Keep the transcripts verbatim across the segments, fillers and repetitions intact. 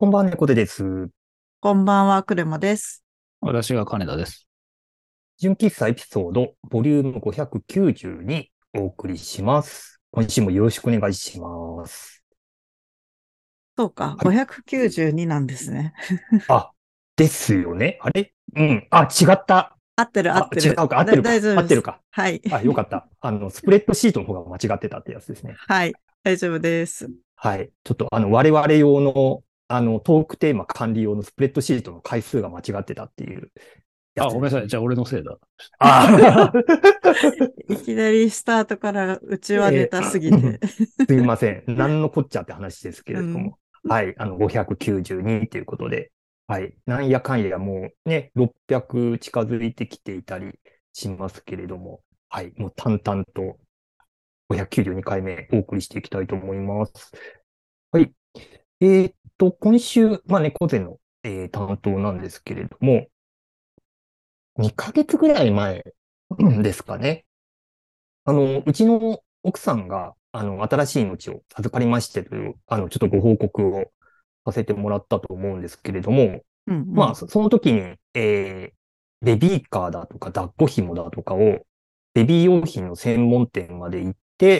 こんばんは、猫背です。 こんばんは、くるまです。 私が金田です。 純喫茶エピソード、ボリュームごひゃくきゅうじゅうにお送りします。今週もよろしくお願いします。 そうか、 はい。 ごひゃくきゅうじゅうになんですね。 あ、ですよね。あれうん。あ、違った。 合ってる合あ、 ってる。 違うか。合ってだ、 るか。 大丈夫です。 合ってるか。 はい。 あ、よかった。あの、スプレッドシートの方が間違ってたってやつですね。 はい。大丈夫です。 はい。ちょっと、あの、我々用の、あの、トークテーマ管理用のスプレッドシートの回数が間違ってたっていうやあ、ごめんなさい。 つですね。 じゃあ俺のせいだ。 ああ。 いきなりスタートからうちはネえタすぎーて。 すいません。何のこっちゃって話ですけうん。 れども。はい。あの、ごひゃくきゅうじゅうにということで。はい。なんやかんやもうね、ろっぴゃく近づいてきていたりしますけれども。はい。もう淡々とごひゃくきゅうじゅうにかいめお送りしていきたいと思います。はい。えーっと、今週、まあ、猫背の、えー担当なんですけれども、にかげつぐらい前ですかね。あの、うちの奥さんが、あの、新しい命を授かりましてという、あの、ちょっとご報告をさせてもらったと思うんですけれども、 うんうん。 まあ、そその時に、えー、ベビーカーだとか、抱っこ紐だとかを、ベビー用品の専門店まで行って、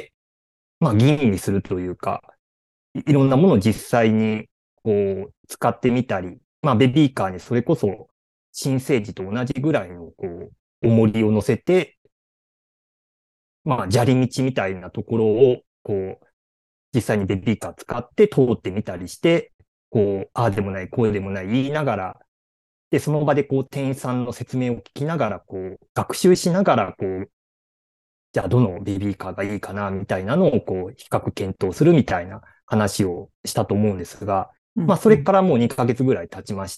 まあ、吟味するというか、いいろんなものを実際に、こう、使ってみたり、まあ、ベビーカーにそれこそ、新生児と同じぐらいの、こう、重りを乗せて、まあ、砂利道みたいなところを、こう、実際にベビーカー使って通ってみたりして、こう、ああでもない、こうでもない言いながら、で、その場でこう、店員さんの説明を聞きながら、こう、学習しながら、こう、じゃあどのベビーカーがいいかな、みたいなのを、こう、比較検討するみたいな話をしたと思うんですが、まあ、そうんうん。 れからもうにかげつぐらい経ちまして、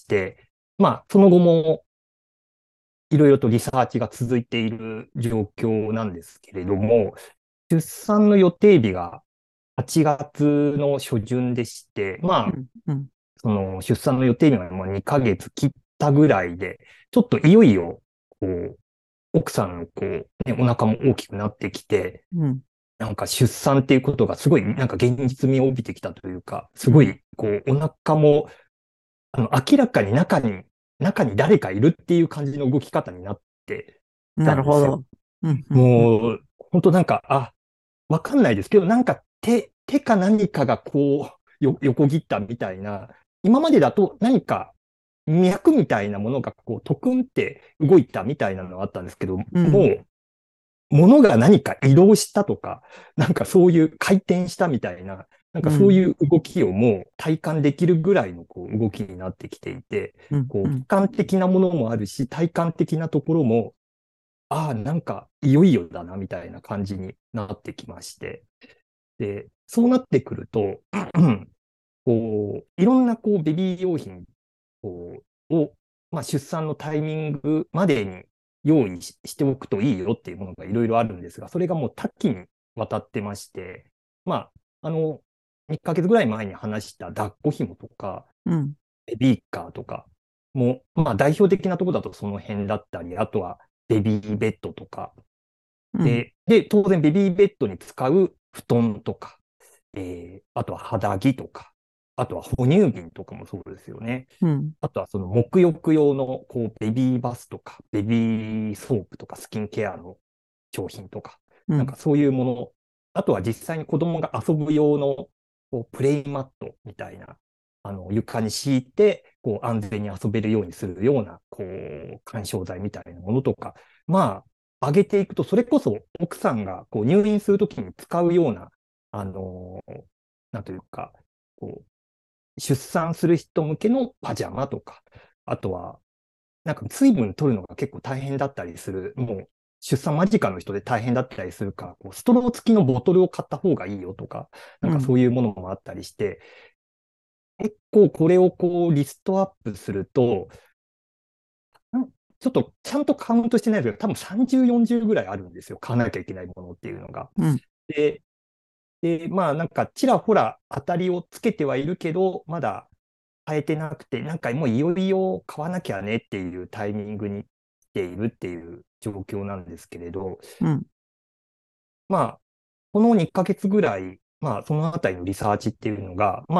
まあ、その後も、いろいろとリサーチが続いている状況なんですけれども、出産の予定日がはちがつの初旬でして、まあ、 うんうん。 その出産の予定日がまあにかげつ切ったぐらいで、ちょっといよいよ、こう、奥さんのこう、ね、お腹も大きくなってきて、 うん。 なんか出産っていうことがすごい、なんか現実味を帯びてきたというか、すうん。 ごい、こう、お腹も、あの、明らかに中に、中に誰かいるっていう感じの動き方になってなたんですよ。 るほど。うんうんうん。 もう、本当なんか、あ、わかんないですけど、なんか手、手か何かがこう、よ、横切ったみたいな、今までだと何か脈みたいなものがこう、トクンって動いたみたいなのがあったんですけど、もうん。 う、物が何か移動したとか、なんかそういう回転したみたいな、なんかそううん。 いう動きをもう体感できるぐらいのこう動きになってきていて、 うんこう、俯うん。 瞰的なものもあるし、体感的なところも、ああ、なんかいよいよだな、みたいな感じになってきまして、で、そうなってくると、こう、いろんなこうベビー用品こうを、まあ、出産のタイミングまでに用意ししておくといいよっていうものがいろいろあるんですが、それがもう多岐にわたってまして、まあ、あの、いっかげつぐらい前に話した抱っこ紐とか、 うん。 ベビーカーとかも、まあ代表的なところだとその辺だったり、あとはベビーベッドとか、 うん。 で、で、当然ベビーベッドに使う布団とか、えー、あとは肌着とか、あとは哺乳瓶とかもそうですよね。 うん。 あとはその沐浴用のこうベビーバスとか、ベビーソープとかスキンケアの商品とか、 うん。 なんかそういうもの。あとは実際に子供が遊ぶ用のこうプレイマットみたいな、あの床に敷いてこう安全に遊べるようにするようなこう緩衝材みたいなものとか、まあ、上げていくと、それこそ奥さんがこう入院するときに使うような、あのーなんというか、こう出産する人向けのパジャマとか、あとは、なんか水分取るのが結構大変だったりする、もう出産間近の人で大変だったりするから、こうストロー付きのボトルを買った方がいいよとか、なんかうん。 そういうものもあったりして、結構これをこうリストアップすると、んちょっとちゃんとカウントしてないですけど、多分さんじゅう、よんじゅうぐらいあるんですよ。買わなきゃいけないものっていうのが。 うん。 で、で、まあなんかちらほら当たりをつけてはいるけど、まだ変えてなくて、なんかもういよいよ買わなきゃねっていうタイミングに来ているっていう状況なんですけれど、 うん。 まあ、このにかげつぐらい、まあそのあたりのリサーチっていうのが、まあ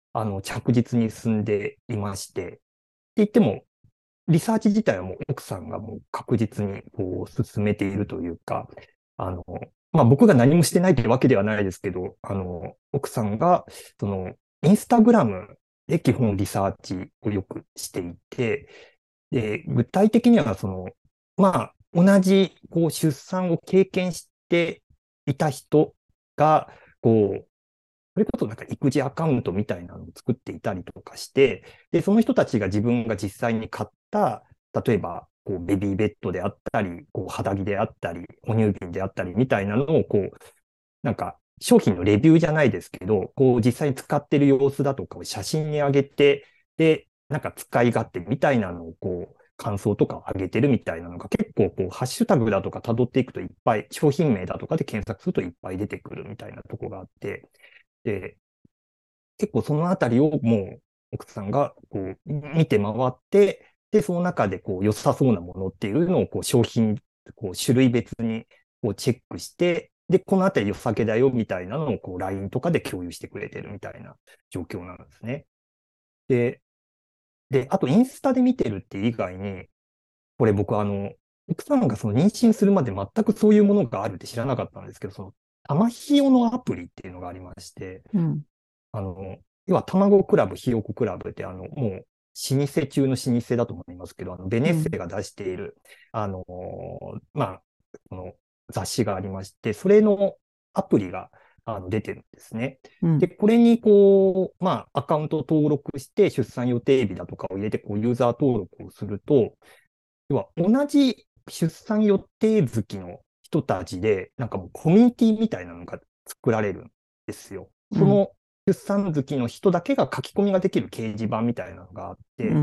あの、着実に進んでいまして、って言っても、リサーチ自体はもう奥さんがもう確実にこう進めているというか、あの、まあ僕が何もしてないというわけではないですけど、あの、奥さんが、その、インスタグラムで基本リサーチをよくしていて、で、具体的にはその、まあ、同じこう出産を経験していた人が、こう、それこそなんか育児アカウントみたいなのを作っていたりとかして、で、その人たちが自分が実際に買った、例えば、こう、ベビーベッドであったり、こう、肌着であったり、哺乳瓶であったりみたいなのを、こう、なんか、商品のレビューじゃないですけど、こう、実際に使ってる様子だとかを写真に上げて、で、なんか使い勝手みたいなのを、こう、感想とかを上げてるみたいなのが結構、こう、ハッシュタグだとか辿っていくといっぱい、商品名だとかで検索するといっぱい出てくるみたいなとこがあって、で、結構そのあたりをもう奥さんがこう見て回って、で、その中でこう良さそうなものっていうのをこう商品、こう種類別にこうチェックして、で、このあたり良さげだよみたいなのをこう ライン とかで共有してくれてるみたいな状況なんですね。で、で、あとインスタで見てるって以外に、これ僕あの、奥さんがその妊娠するまで全くそういうものがあるって知らなかったんですけど、その、玉ひよのアプリっていうのがありまして、 うん。 あの、要は卵クラブ、ひよこクラブって、あの、もう、老舗中の老舗だと思いますけど、あの、ベネッセが出している、あの、まあ、この雑誌がありまして、それのアプリが、あの、出てるんですね。で、 うん。 これに、こう、まあ、アカウントを登録して、出産予定日だとかを入れて、こう、ユーザー登録をすると、要は、同じ出産予定月の人たちで、なんかもうコミュニティみたいなのが作られるんですよ。 うん。 その出産月の人だけが書き込みができる掲示板みたいなのがあって、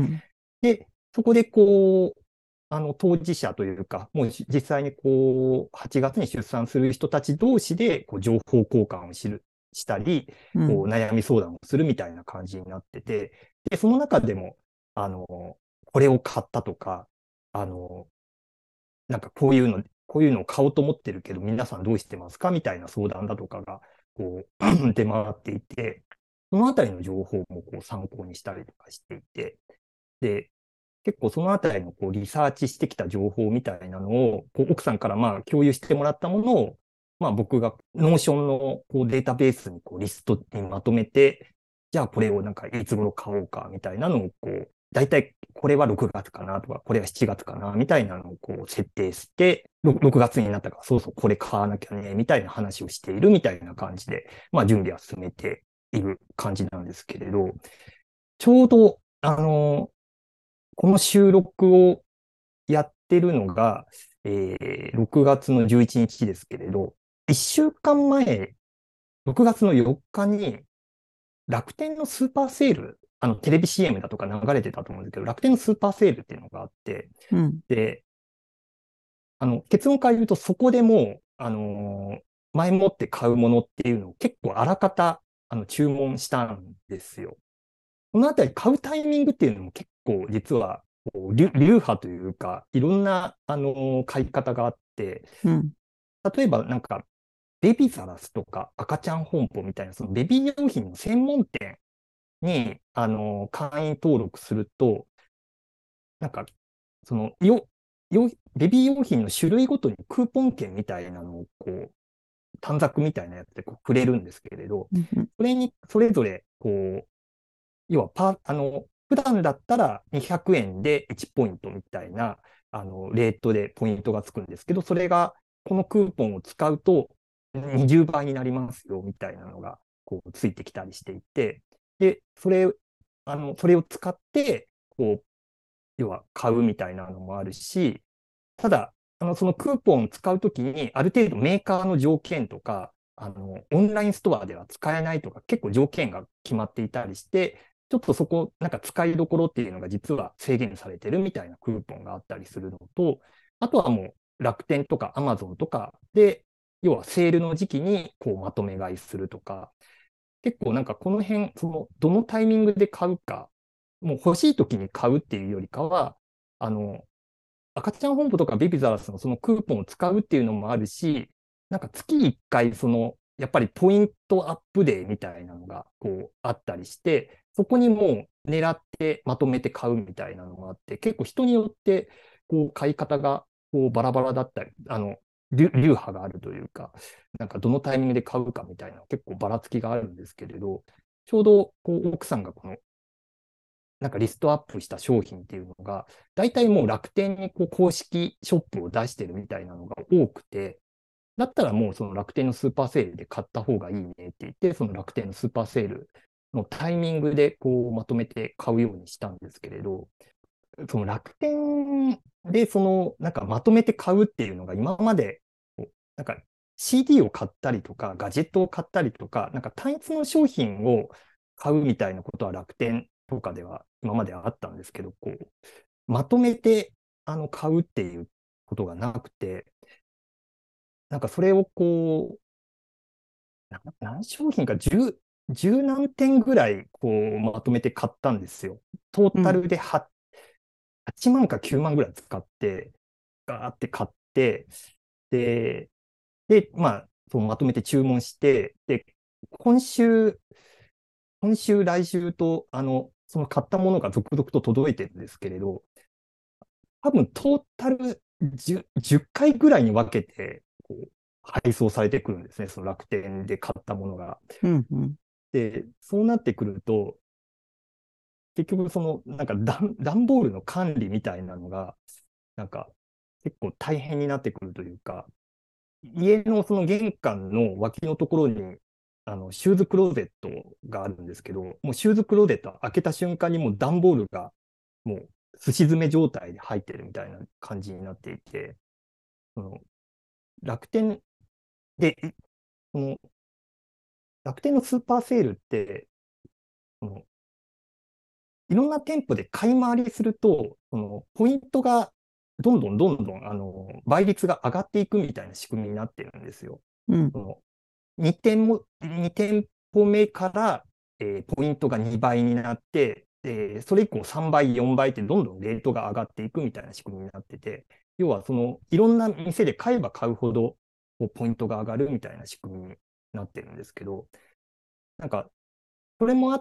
うん。 で、そこでこう、あの、当事者というか、もうし実際にこう、はちがつに出産する人たち同士で、こう、情報交換をしる、したり、こう、 うん。 悩み相談をするみたいな感じになってて、で、その中でも、あの、これを買ったとか、あの、なんかこういうの、こういうのを買おうと思ってるけど、皆さんどうしてますかみたいな相談だとかが、こう、出回っていて、そのあたりの情報もこう参考にしたりとかしていて、で、結構そのあたりのこうリサーチしてきた情報みたいなのを、こう奥さんからまあ共有してもらったものを、まあ僕がノーションのこうデータベースにこうリストにまとめて、じゃあこれをなんかいつ頃買おうかみたいなのをこう、だいたいこれはろくがつかなとか、これはしちがつかなみたいなのをこう設定して、ろくがつになったからそうそうこれ買わなきゃね、みたいな話をしているみたいな感じで、まあ準備は進めている感じなんですけれど、ちょうど、あの、この収録をやってるのが、えーろくがつのじゅういちにちですけれど、いっしゅうかんまえ、ろくがつのよっかに楽天のスーパーセール、あの、テレビ シーエム だとか流れてたと思うんですけど、楽天のスーパーセールっていうのがあって、 うん。 で、あの、結論から言うとそこでもう、あのー前もって買うものっていうのを結構あらかた、あの、注文したんですよ。このあたり買うタイミングっていうのも結構実は、こう流流派というか、いろんな、あのー買い方があって、 うん。 例えばなんか、ベビーザラスとか赤ちゃん本舗みたいな、そのベビー用品の専門店に、あのー会員登録すると、なんか、その、よ、よ、ベビー用品の種類ごとにクーポン券みたいなのを、こう、短冊みたいなやつでこうくれるんですけれど、 うん。 それに、それぞれ、こう、要はパ、あの、普段だったらにひゃくえんでいちポイントみたいな、あの、レートでポイントがつくんですけど、それが、このクーポンを使うとにじゅうばいになりますよ、みたいなのが、こう、ついてきたりしていて、で、それ、あの、それを使って、こう、要は買うみたいなのもあるし、ただ、あの、そのクーポンを使うときに、ある程度メーカーの条件とか、あの、オンラインストアでは使えないとか、結構条件が決まっていたりして、ちょっとそこ、なんか使いどころっていうのが実は制限されてるみたいなクーポンがあったりするのと、あとはもう楽天とかアマゾンとかで、要はセールの時期にこうまとめ買いするとか、結構なんかこの辺、その、どのタイミングで買うか、もう欲しい時に買うっていうよりかは、あの、赤ちゃん本舗とかベビーザラスのそのクーポンを使うっていうのもあるし、なんか月いっかいそのやっぱりポイントアップデーみたいなのがこうあったりして、そこにもう狙ってまとめて買うみたいなのがあって、結構人によってこう買い方がこうバラバラだったり、あの、流流派があるというか、なんかどのタイミングで買うかみたいな結構ばらつきがあるんですけれど、ちょうどこう奥さんがこのなんかリストアップした商品っていうのが、大体もう楽天にこう公式ショップを出してるみたいなのが多くて、だったらもうその楽天のスーパーセールで買った方がいいねって言って、その楽天のスーパーセールのタイミングでこうまとめて買うようにしたんですけれど、その楽天でそのなんかまとめて買うっていうのが今まで、こうなんか シーディー を買ったりとか、ガジェットを買ったりとか、なんか単一の商品を買うみたいなことは楽天とかでは今まであったんですけど、こう、まとめてあの買うっていうことがなくて、なんかそれをこう、な何商品かじゅう、じゅう何点ぐらいこうまとめて買ったんですよ。トータうん。 ルでははちまんかきゅうまんぐらい使って、ガーって買って、で、で、まあ、そうまとめて注文して、で、今週、今週、来週と、あの、その買ったものが続々と届いてるんですけれど、多分トータルじゅう、じゅっかいぐらいに分けて、こう、配送されてくるんですね。その楽天で買ったものが。 うん。うん。 で、そうなってくると、結局その、なんか段、段ボールの管理みたいなのが、なんか、結構大変になってくるというか、家のその玄関の脇のところに、あの、シューズクローゼットがあるんですけど、もうシューズクローゼット開けた瞬間にもう段ボールがもうすし詰め状態で入ってるみたいな感じになっていて、その楽天で、いその楽天のスーパーセールって、そのいろんな店舗で買い回りすると、そのポイントがどんどんどんどんあの倍率が上がっていくみたいな仕組みになってるんですよ。 うん。 そのに店も、に店舗目から、えーポイントがにばいになって、えーそれ以降さんばい、よんばいってどんどんレートが上がっていくみたいな仕組みになってて、要はそのいろんな店で買えば買うほどこうポイントが上がるみたいな仕組みになってるんですけど、なんかそれもあって、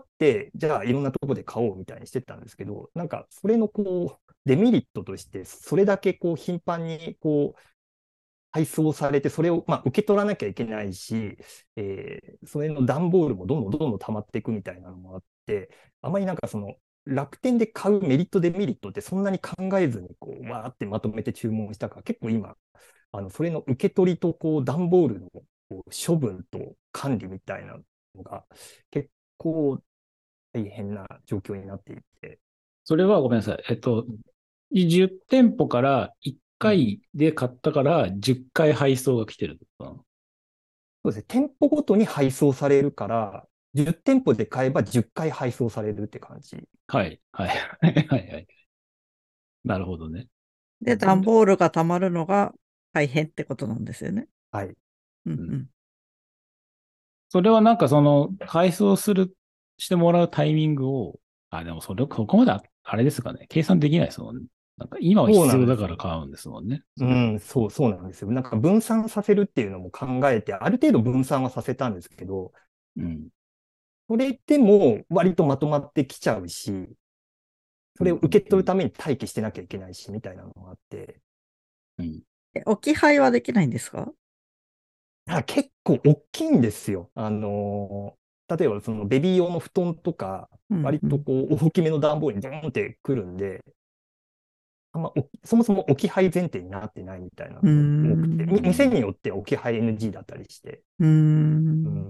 じゃあいろんなところで買おうみたいにしてたんですけど、なんかそれのこうデメリットとして、それだけこう頻繁にこう配送されて、それを、まあ、受け取らなきゃいけないし、えーそれの段ボールもどんどんどんどん溜まっていくみたいなのもあって、あまりなんかその楽天で買うメリット、デメリットってそんなに考えずにこう、わーってまとめて注文したから、結構今、あのそれの受け取りとこう段ボールのこう処分と管理みたいなのが結構大変な状況になっていて、 それはごめんなさい。えっと、じゅう店舗から1 うん、 回で買ったからじゅっかい配送が来てるってことなの？ そうですね。店舗ごとに配送されるから、じゅう店舗で買えばじゅっかい配送されるって感じ。 はい。はい。はいはいはい。なるほどね。 で、段ボールが溜まるのが大変ってことなんですよね。 はい。 うん。 うん。うん。 それはなんかその、配送する、してもらうタイミングを、あ、でもそれ、ここまでああれですかね。計算できないですもんね。なんか今はそう必要なんですよ。 だから買うんですもんね。それ。 うん、そう、そうなんですよ。なんか分散させるっていうのも考えて、ある程度分散はさせたんですけど、 うん。 それでも割とまとまってきちゃうし、それをうん。 受けうん。 取るために待機してなきゃいけないし、みたいなのがあって、 うん。 え、置き配はできないんですか？ だから結構大きいんですよ。あのー例えばそのベビー用の布団とか、 うん。 割うん。 とこう大きめの段ボールにドーンってくるんで、あんまおそもそも置き配前提になってないみたいなうーのも多くて、み店ん。 によって置き配 エヌジー だったりして、 うーん。 うん、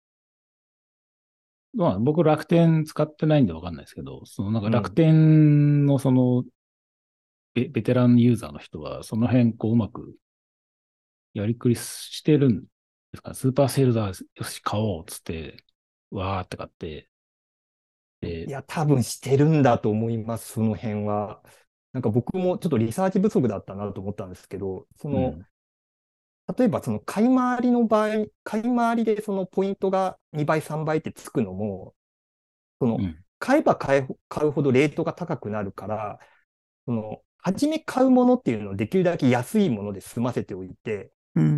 まあ、僕楽天使ってないんでわかんないですけど、そのなんか楽うん。 天のそのベ、ベテランユーザーの人は、その辺こううまくやりくりしてるんですか？スーパーセールだ、よし、買おうっつって、わーって買って、で、 いや、多分してるんだと思います、その辺は。なんか僕もちょっとリサーチ不足だったなと思ったんですけど、その、 うん、 例えばその買い回りの場合、買い回りでそのポイントがにばい、さんばいってつくのも、その、 うん、 買えば買え買うほどレートが高くなるから、その、初め買うものっていうのをできるだけ安いもので済ませておいて、 うん。 で、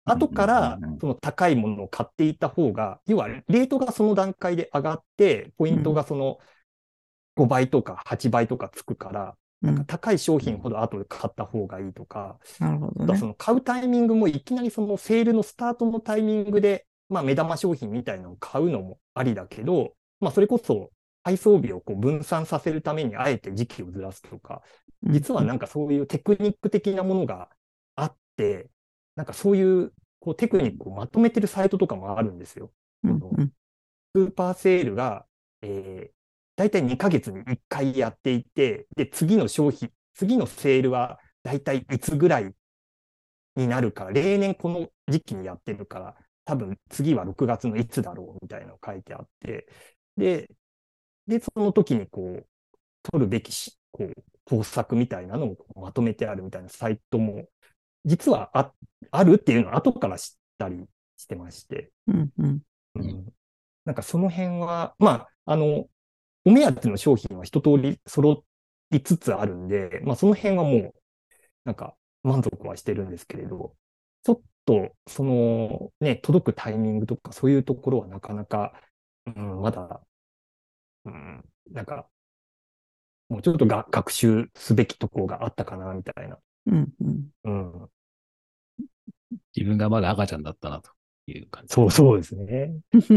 後からうんうんうんうんその高いものを買っていた方が、要はレートがその段階で上がって、ポイントがそのごばいとかはちばいとかつくから、なんかうん。 高い商品ほど後で買った方がいいとか、 なるほどあとはね。 その買うタイミングもいきなりそのセールのスタートのタイミングで、まあ目玉商品みたいなのを買うのもありだけど、まあそれこそ配送日をこう分散させるためにあえて時期をずらすとか、 うん実はなんかそういうテクニック的なものがあって、なんかそういうこうテクニックをまとめてるサイトとかもあるんですよ。そのうんうんスーパーセールが、えー、だいたいにかげつにいっかいやっていて、で、次の商品、次のセールはだいたいいつぐらいになるから、例年この時期にやってるから、多分次はろくがつのいつだろうみたいなの書いてあって、で、で、その時にこう、取るべきし、こう、工作みたいなのをこうまとめてあるみたいなサイトも、実はあ、あるっていうのを後から知ったりしてまして、 うんうんうん、なんかその辺は、まあ、あの、お目当ての商品は一通り揃いつつあるんで、まあその辺はもう、なんか満足はしてるんですけれど、ちょっと、その、ね、届くタイミングとかそういうところはなかなか、うん、まだ、うん、なんか、もうちょっとが学習すべきところがあったかな、みたいな。 うんうんうん。 自分がまだ赤ちゃんだったなという感じ。 そうそうですね。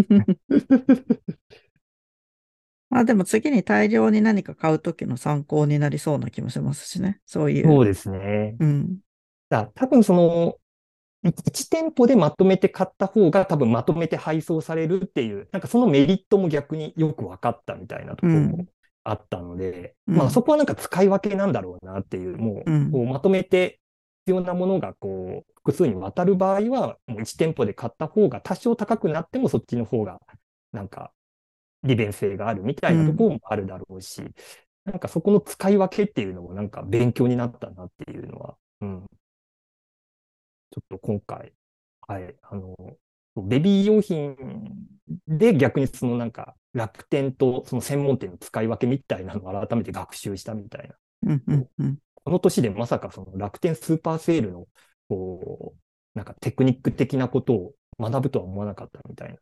まあでも次に大量に何か買うときの参考になりそうな気もしますしね。そういう。 そうですね。 うん。 だ多分その、いち店舗でまとめて買った方が多分まとめて配送されるっていう、なんかそのメリットも逆によく分かったみたいなところもあったので、 うんまあそこはなんか使い分けなんだろうなっていう、もううんこうまとめて必要なものがこう複数に渡る場合は、もういち店舗で買った方が多少高くなってもそっちの方がなんか利便性があるみたいなところもあるだろうし、なんかそこの使い分けっていうのもなんか勉強になったなっていうのは、うん、ちょっと今回、はい、あの、ベビー用品で逆にそのなんか楽天とその専門店の使い分けみたいなのを改めて学習したみたいな。 うんうんうんこの年でまさかその楽天スーパーセールの、こう、なんかテクニック的なことを学ぶとは思わなかったみたいな。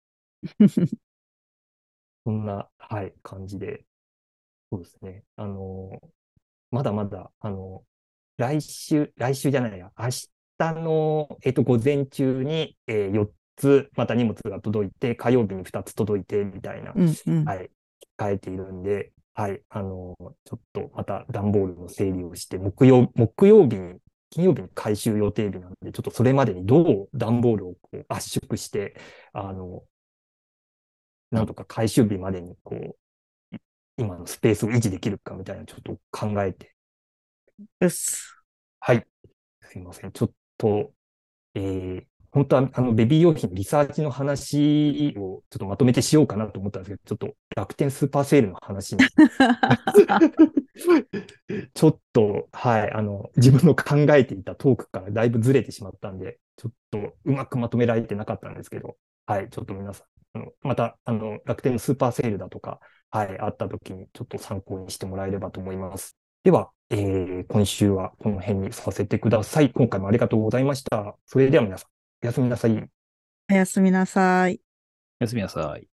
そんな、はい、感じで。そうですね。あの、まだまだ、あの、来週、来週じゃないや、明日の、えっと、午前中に、えー、よっつ、また荷物が届いて、火曜日にふたつ届いて、みたいな、 うんうんはい、控えているんで、はい、あの、ちょっとまた段ボールの整理をして、木曜、木曜日に、金曜日に回収予定日なんで、ちょっとそれまでにどう段ボールをこう圧縮して、あの、なんとか回収日までに、こう、い今のスペースを維持できるかみたいな、ちょっと考えて、 です。 はい。すいません。ちょっと、えー、本当は、あの、ベビー用品のリサーチの話をちょっとまとめてしようかなと思ったんですけど、ちょっと楽天スーパーセールの話にちょっと、はい、あの、自分の考えていたトークからだいぶずれてしまったんで、ちょっとうまくまとめられてなかったんですけど、はい、ちょっと皆さん、あのまた、あの、楽天のスーパーセールだとか、はい、あった時にちょっと参考にしてもらえればと思います。では、えー、今週はこの辺にさせてください。今回もありがとうございました。それでは皆さん、おやすみなさい。 おやすみなさい。 おやすみなさい。